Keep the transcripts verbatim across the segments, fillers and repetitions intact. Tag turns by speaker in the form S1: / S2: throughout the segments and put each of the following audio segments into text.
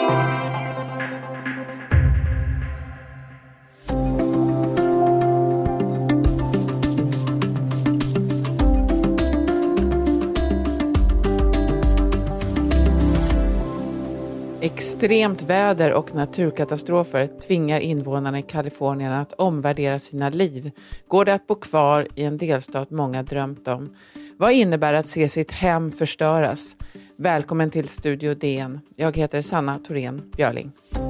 S1: Extremt väder och naturkatastrofer tvingar invånarna i Kalifornien att omvärdera sina liv. Går det att bo kvar i en delstat många drömt om? Vad innebär att se sitt hem förstöras? Välkommen till Studio D N. Jag heter Sanna Thorén Björling.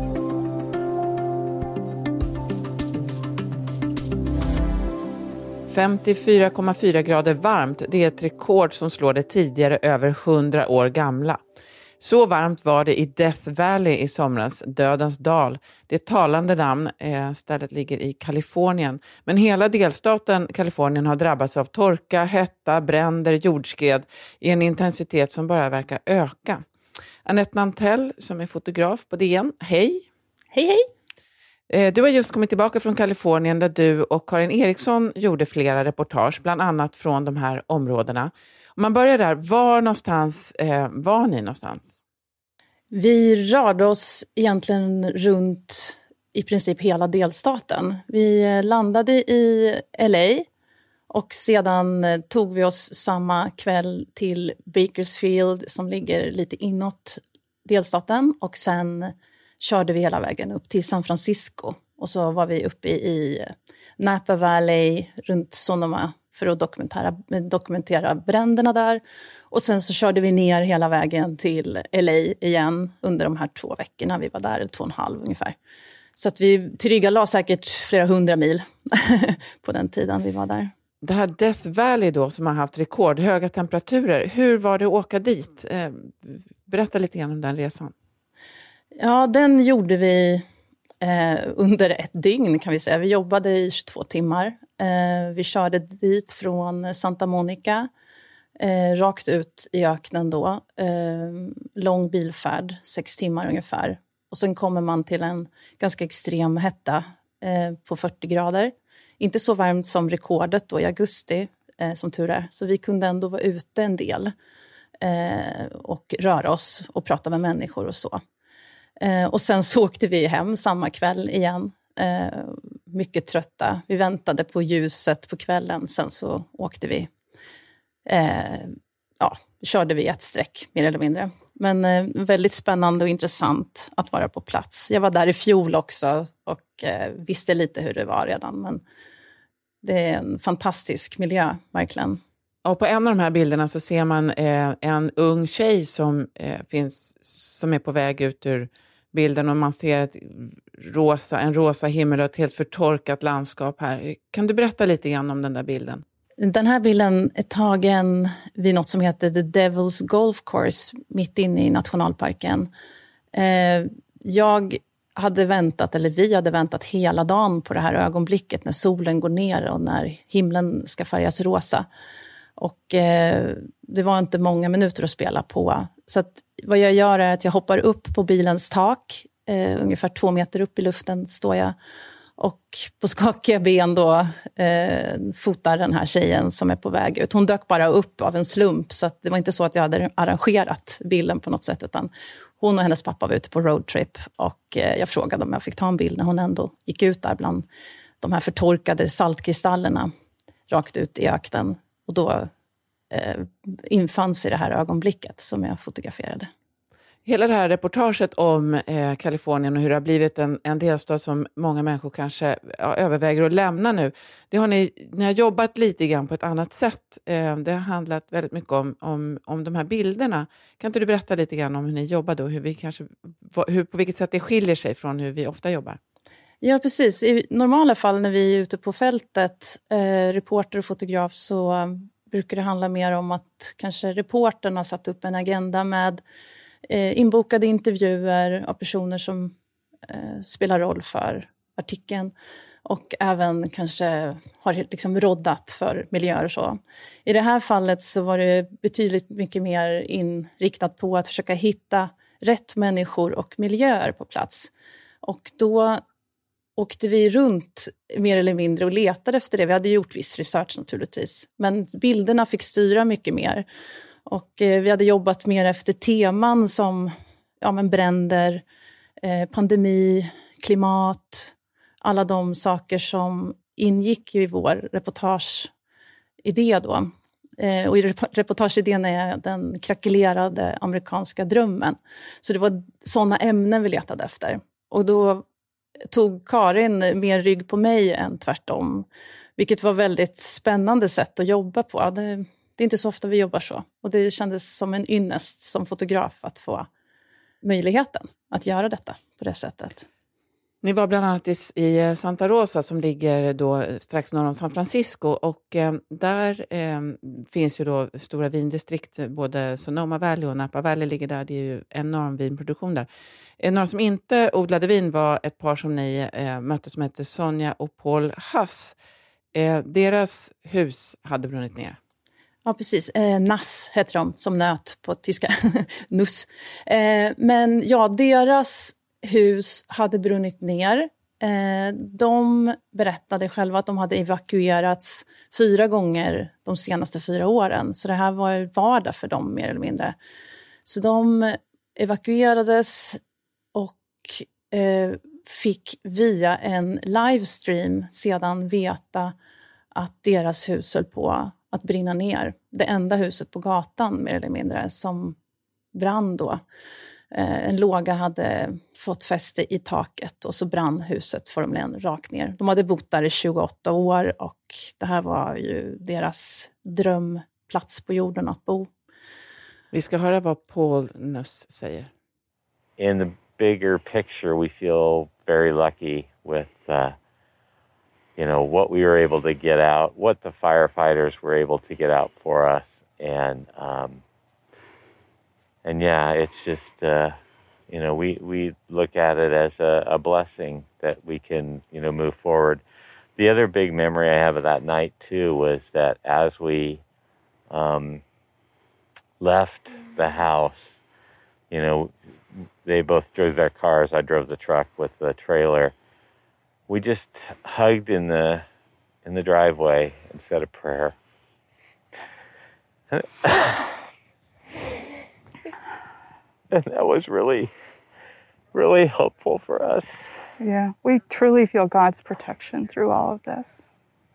S1: femtiofyra komma fyra grader varmt, det är ett rekord som slår det tidigare över hundra år gamla. Så varmt var det i Death Valley i somras, Dödens dal. Det är ett talande namn, stället ligger i Kalifornien. Men hela delstaten Kalifornien har drabbats av torka, hetta, bränder, jordskred i en intensitet som bara verkar öka. Anette Nantell som är fotograf på D N, hej!
S2: Hej hej!
S1: Du har just kommit tillbaka från Kalifornien där du och Karin Eriksson gjorde flera reportage, bland annat från de här områdena. Om man börjar där, var någonstans eh, var ni någonstans?
S2: Vi rörde oss egentligen runt i princip hela delstaten. Vi landade i L A och sedan tog vi oss samma kväll till Bakersfield som ligger lite inåt delstaten. Och sen körde vi hela vägen upp till San Francisco. Och så var vi uppe i Napa Valley runt Sonoma för att dokumentera, dokumentera bränderna där. Och sen så körde vi ner hela vägen till L A igen under de här två veckorna. Vi var där, eller två och en halv ungefär. Så att vi tillryggalade säkert flera hundra mil på den tiden vi var där.
S1: Det här Death Valley då som har haft rekordhöga temperaturer. Hur var det att åka dit? Berätta lite grann om den resan.
S2: Ja, den gjorde vi eh, under ett dygn kan vi säga. Vi jobbade i tjugotvå timmar. Eh, vi körde dit från Santa Monica, eh, rakt ut i öknen då. Eh, lång bilfärd, sex timmar ungefär. Och sen kommer man till en ganska extrem hetta eh, på fyrtio grader. Inte så varmt som rekordet då i augusti, eh, som tur är. Så vi kunde ändå vara ute en del eh, och röra oss och prata med människor och så. Eh, och sen så åkte vi hem samma kväll igen. Eh, mycket trötta. Vi väntade på ljuset på kvällen. Sen så åkte vi. Eh, ja, körde vi ett streck mer eller mindre. Men eh, väldigt spännande och intressant att vara på plats. Jag var där i fjol också och eh, visste lite hur det var redan. Men det är en fantastisk miljö, verkligen.
S1: Och på en av de här bilderna så ser man eh, en ung tjej som, eh, finns, som är på väg ut ur bilden. Och man ser ett rosa, en rosa himmel och ett helt förtorkat landskap här. Kan du berätta lite grann om den där bilden?
S2: Den här bilden är tagen vid något som heter The Devil's Golf Course mitt inne i nationalparken. Eh, jag hade väntat, eller vi hade väntat hela dagen på det här ögonblicket när solen går ner och när himlen ska färgas rosa. Och eh, det var inte många minuter att spela på. Så att vad jag gör är att jag hoppar upp på bilens tak. Eh, ungefär två meter upp i luften står jag. Och på skakiga ben då eh, fotar den här tjejen som är på väg ut. Hon dök bara upp av en slump, så att det var inte så att jag hade arrangerat bilden på något sätt. Utan hon och hennes pappa var ute på roadtrip och eh, jag frågade om jag fick ta en bild när hon ändå gick ut där bland de här förtorkade saltkristallerna rakt ut i öknen. Och då eh, infann sig det här ögonblicket som jag fotograferade.
S1: Hela det här reportaget om eh, Kalifornien och hur det har blivit en, en delstat som många människor kanske ja, överväger att lämna nu. Det har ni, ni har jobbat lite grann på ett annat sätt. Eh, det har handlat väldigt mycket om, om, om de här bilderna. Kan inte du berätta lite grann om hur ni jobbar då? Hur vi kanske, hur, på vilket sätt det skiljer sig från hur vi ofta jobbar?
S2: Ja, precis. I normala fall när vi är ute på fältet, eh, reporter och fotograf, så eh, brukar det handla mer om att kanske reportern har satt upp en agenda med eh, inbokade intervjuer av personer som eh, spelar roll för artikeln och även kanske har liksom roddat för miljöer och så. I det här fallet så var det betydligt mycket mer inriktat på att försöka hitta rätt människor och miljöer på plats. Och då åkte vi runt mer eller mindre och letade efter det. Vi hade gjort viss research naturligtvis. Men bilderna fick styra mycket mer. Och eh, vi hade jobbat mer efter teman som ja, men bränder, eh, pandemi, klimat, alla de saker som ingick i vår reportageidé då. Eh, och i reportageidén är den krackelerade amerikanska drömmen. Så det var sådana ämnen vi letade efter. Och då tog Karin mer rygg på mig än tvärtom. Vilket var väldigt spännande sätt att jobba på. Det, det är inte så ofta vi jobbar så. Och det kändes som en ynnest som fotograf att få möjligheten att göra detta på det sättet.
S1: Ni var bland annat i, i Santa Rosa som ligger då strax norr om San Francisco och eh, där eh, finns ju då stora vindistrikt, både Sonoma Valley och Napa Valley ligger där, det är ju enorm vinproduktion där. Eh, några som inte odlade vin var ett par som ni eh, mötte som heter Sonja och Paul Hass. Eh, deras hus hade brunnit ner.
S2: Ja, precis. Eh, Nass heter de som nöt på tyska. Nuss. Eh, men ja, deras hus hade brunnit ner. Eh, de berättade själva att de hade evakuerats fyra gånger de senaste fyra åren. Så det här var ju vardag för dem mer eller mindre. Så de evakuerades och eh, fick via en livestream sedan veta att deras hus höll på att brinna ner. Det enda huset på gatan mer eller mindre som brann då. En låga hade fått fäste i taket och så brann huset formligen rakt ner. De hade bott där i tjugoåtta år och det här var ju deras drömplats på jorden att bo.
S1: Vi ska höra vad Paul Nuss säger.
S3: In the bigger picture we feel very lucky with uh, you know what we were able to get out, what the firefighters were able to get out for us, and um, And yeah, it's just, uh, you know, we, we look at it as a, a blessing that we can, you know, move forward. The other big memory I have of that night, too, was that as we um, left the house, you know, they both drove their cars. I drove the truck with the trailer. We just hugged in the in the driveway and said a prayer. And that was really, really helpful for us.
S4: Yeah, we truly feel God's protection through all of this.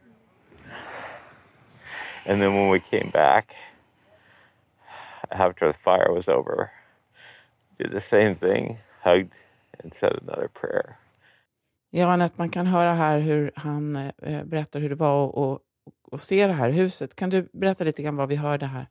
S3: And then when we came back, after the fire was over, did the same thing, hugged and said another prayer.
S1: Ja, Anette, man kan höra här hur han eh, berättar hur det var att och, och se det här huset. Kan du berätta lite grann vad vi hörde här?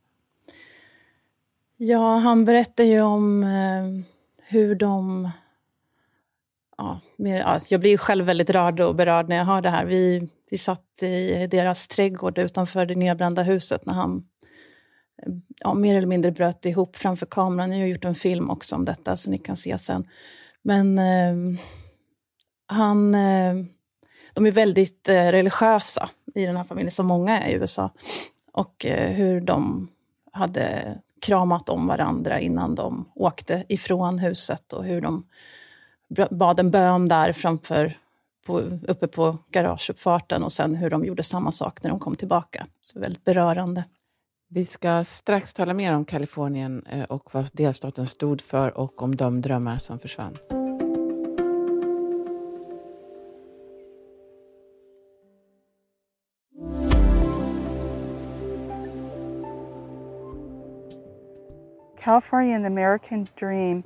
S2: Ja, han berättar ju om eh, hur de... Ja, mer, ja, jag blir själv väldigt rörd och berörd när jag hör det här. Vi, vi satt i deras trädgård utanför det nedbrända huset när han ja, mer eller mindre bröt ihop framför kameran. Jag har gjort en film också om detta så ni kan se sen. Men eh, han... Eh, de är väldigt eh, religiösa i den här familjen, som många är i U S A. Och eh, hur de hade kramat om varandra innan de åkte ifrån huset och hur de bad en bön där framför, på, uppe på garageuppfarten och sen hur de gjorde samma sak när de kom tillbaka. Så väldigt berörande.
S1: Vi ska strax tala mer om Kalifornien och vad delstaten stod för och om de drömmar som försvann.
S4: California and the American dream.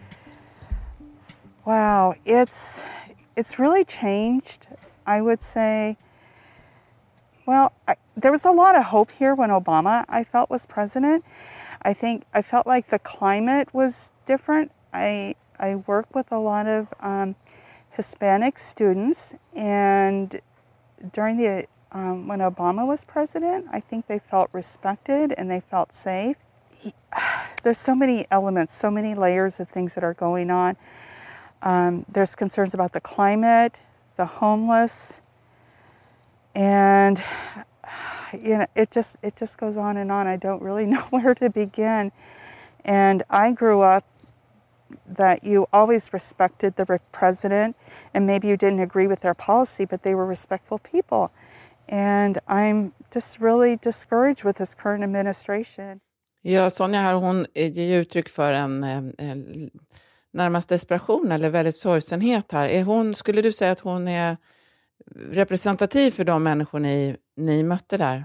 S4: Wow, it's it's really changed. I would say, well, I, there was a lot of hope here when Obama, I felt, was president. I think I felt like the climate was different. I I work with a lot of um, Hispanic students, and during the um, when Obama was president, I think they felt respected and they felt safe. He, there's so many elements, so many layers of things that are going on. Um, there's concerns about the climate, the homeless, and you know, it just it just goes on and on. I don't really know where to begin. And I grew up that you always respected the president, and maybe you didn't agree with their policy, but they were respectful people. And I'm just really discouraged with this current administration.
S1: Ja, Sonja här, hon ger uttryck för en, en, en närmast desperation eller väldigt sorgsenhet här. Är hon, skulle du säga att hon är representativ för de människor ni, ni mötte där?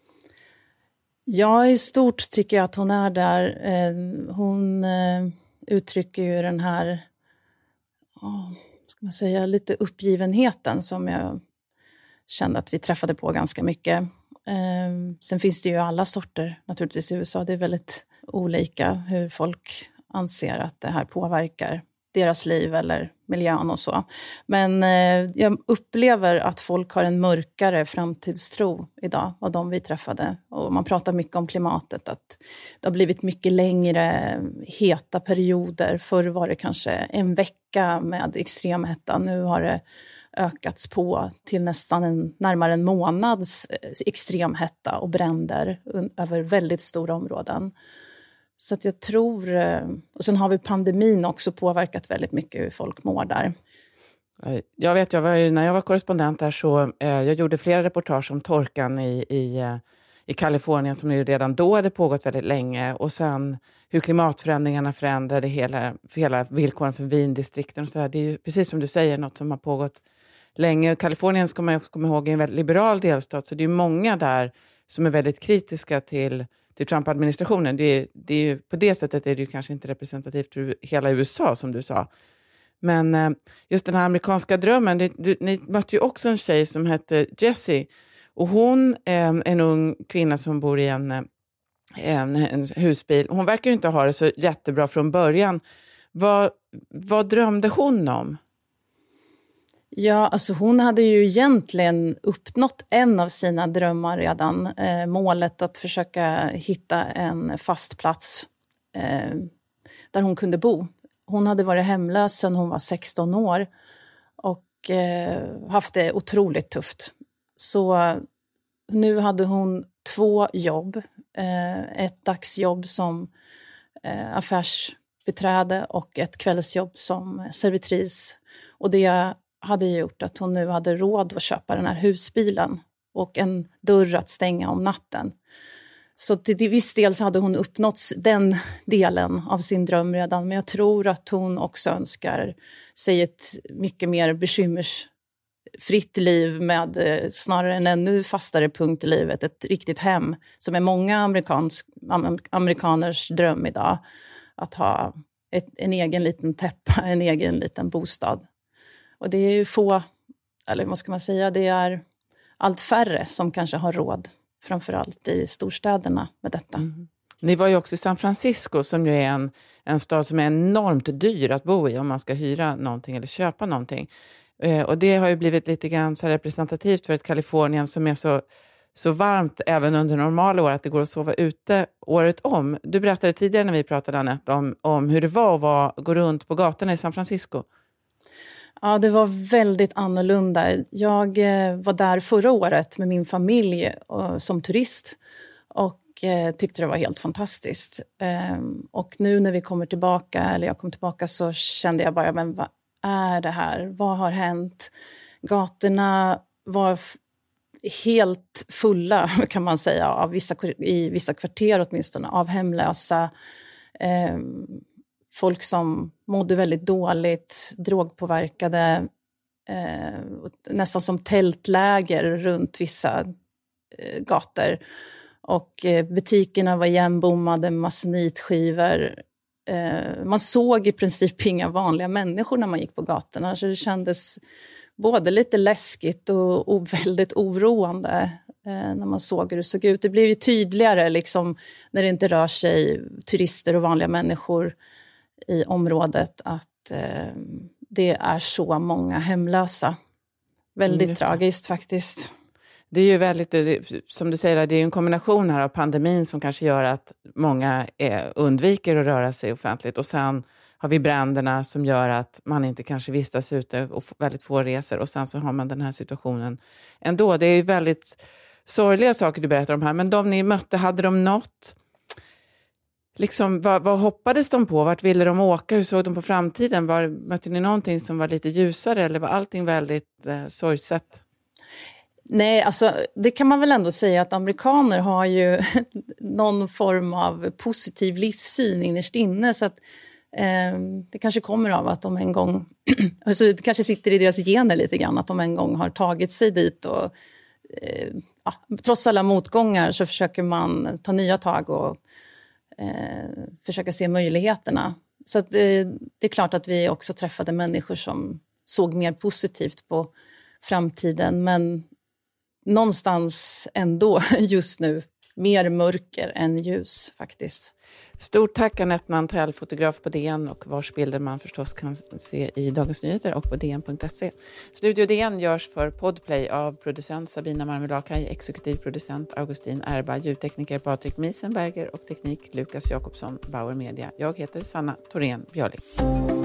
S2: Ja, i stort tycker jag att hon är där. Hon uttrycker ju den här, oh, ska man säga, lite uppgivenheten som jag kände att vi träffade på ganska mycket. Sen finns det ju alla sorter naturligtvis i U S A. Det är väldigt olika hur folk anser att det här påverkar deras liv eller miljön och så. Men eh, jag upplever att folk har en mörkare framtidstro idag av de vi träffade. Och man pratar mycket om klimatet, att det har blivit mycket längre heta perioder. Förr var det kanske en vecka med extremhetta. Nu har det ökats på till nästan en, närmare en månads extremhetta och bränder över väldigt stora områden. Så att jag tror, och sen har vi pandemin också påverkat väldigt mycket hur folk mår där.
S1: Jag vet, jag var ju, när jag var korrespondent där så eh, jag gjorde flera reportage om torkan i, i, i Kalifornien som ju redan då hade pågått väldigt länge. Och sen hur klimatförändringarna förändrade hela, för hela villkoren för vindistrikten och sådär. Det är ju precis som du säger något som har pågått länge. Kalifornien ska man också komma ihåg är en väldigt liberal delstat, så det är många där som är väldigt kritiska till till Trump-administrationen. Det är, det är ju, på det sättet är det ju kanske inte representativt för hela U S A som du sa. Men eh, just den här amerikanska drömmen, det, du, ni mötte ju också en tjej som hette Jessie. Och hon är eh, en ung kvinna som bor i en, en, en husbil. Hon verkar ju inte ha det så jättebra från början. Vad, vad drömde hon om?
S2: Ja, alltså hon hade ju egentligen uppnått en av sina drömmar redan. Eh, målet att försöka hitta en fast plats eh, där hon kunde bo. Hon hade varit hemlös sedan hon var sexton år och eh, haft det otroligt tufft. Så nu hade hon två jobb. Eh, ett dagsjobb som eh, affärsbiträde och ett kvällsjobb som servitris. Och det hade gjort att hon nu hade råd att köpa den här husbilen och en dörr att stänga om natten. Så till, till viss del så hade hon uppnått den delen av sin dröm redan. Men jag tror att hon också önskar sig ett mycket mer bekymmersfritt liv med eh, snarare en ännu fastare punkt i livet. Ett riktigt hem som är många amerikansk, amerikaners dröm idag. Att ha ett, en egen liten täppa, en egen liten bostad. Och det är ju få, eller vad ska man säga, det är allt färre som kanske har råd, framförallt i storstäderna med detta. Mm.
S1: Ni var ju också i San Francisco som ju är en, en stad som är enormt dyr att bo i om man ska hyra någonting eller köpa någonting. Eh, och det har ju blivit lite grann så representativt för ett Kalifornien som är så, så varmt även under normala år att det går att sova ute året om. Du berättade tidigare när vi pratade, Anette, om, om hur det var att vara, gå runt på gatorna i San Francisco.
S2: Ja, det var väldigt annorlunda. Jag eh, var där förra året med min familj eh, som turist och eh, tyckte det var helt fantastiskt. Eh, och nu när vi kommer tillbaka, eller jag kom tillbaka, så kände jag bara, men vad är det här? Vad har hänt? Gatorna var f- helt fulla, kan man säga, av vissa, i vissa kvarter åtminstone, av hemlösa eh, folk som mådde väldigt dåligt, drogpåverkade, eh, nästan som tältläger runt vissa eh, gator. Och eh, butikerna var igenbommade med masonitskivor. Eh, man såg i princip inga vanliga människor när man gick på gatorna. Så det kändes både lite läskigt och, och väldigt oroande eh, när man såg hur det såg ut. Det blev ju tydligare liksom, när det inte rör sig turister och vanliga människor i området, att eh, det är så många hemlösa. Väldigt mm, tragiskt faktiskt.
S1: Det är ju väldigt, som du säger, det är en kombination här av pandemin som kanske gör att många är, undviker att röra sig offentligt. Och sen har vi bränderna som gör att man inte kanske vistas ute och väldigt få resor. Och sen så har man den här situationen ändå. Det är ju väldigt sorgliga saker du berättar om här. Men de ni mötte, hade de något? Liksom, vad, vad hoppades de på? Vart ville de åka? Hur såg de på framtiden? Var, mötte ni någonting som var lite ljusare? Eller var allting väldigt eh, sorgset?
S2: Nej, alltså det kan man väl ändå säga att amerikaner har ju någon form av positiv livssyn innerst inne, så att eh, det kanske kommer av att de en gång, alltså det kanske sitter i deras gener lite grann, att de en gång har tagit sig dit och eh, ja, trots alla motgångar så försöker man ta nya tag och eh, försöka se möjligheterna. Så att, eh, det är klart att vi också träffade människor som såg mer positivt på framtiden, men någonstans ändå just nu mer mörker än ljus faktiskt.
S1: Stort tack Anette Mantell, fotograf på D N och vars bilder man förstås kan se i Dagens Nyheter och på d n punkt se. Studio D N görs för Podplay av producent Sabina Marmelakai, exekutiv producent Augustin Erba, ljudtekniker Patrik Miesenberger och teknik Lukas Jakobsson, Bauer Media. Jag heter Sanna Thorén Björling.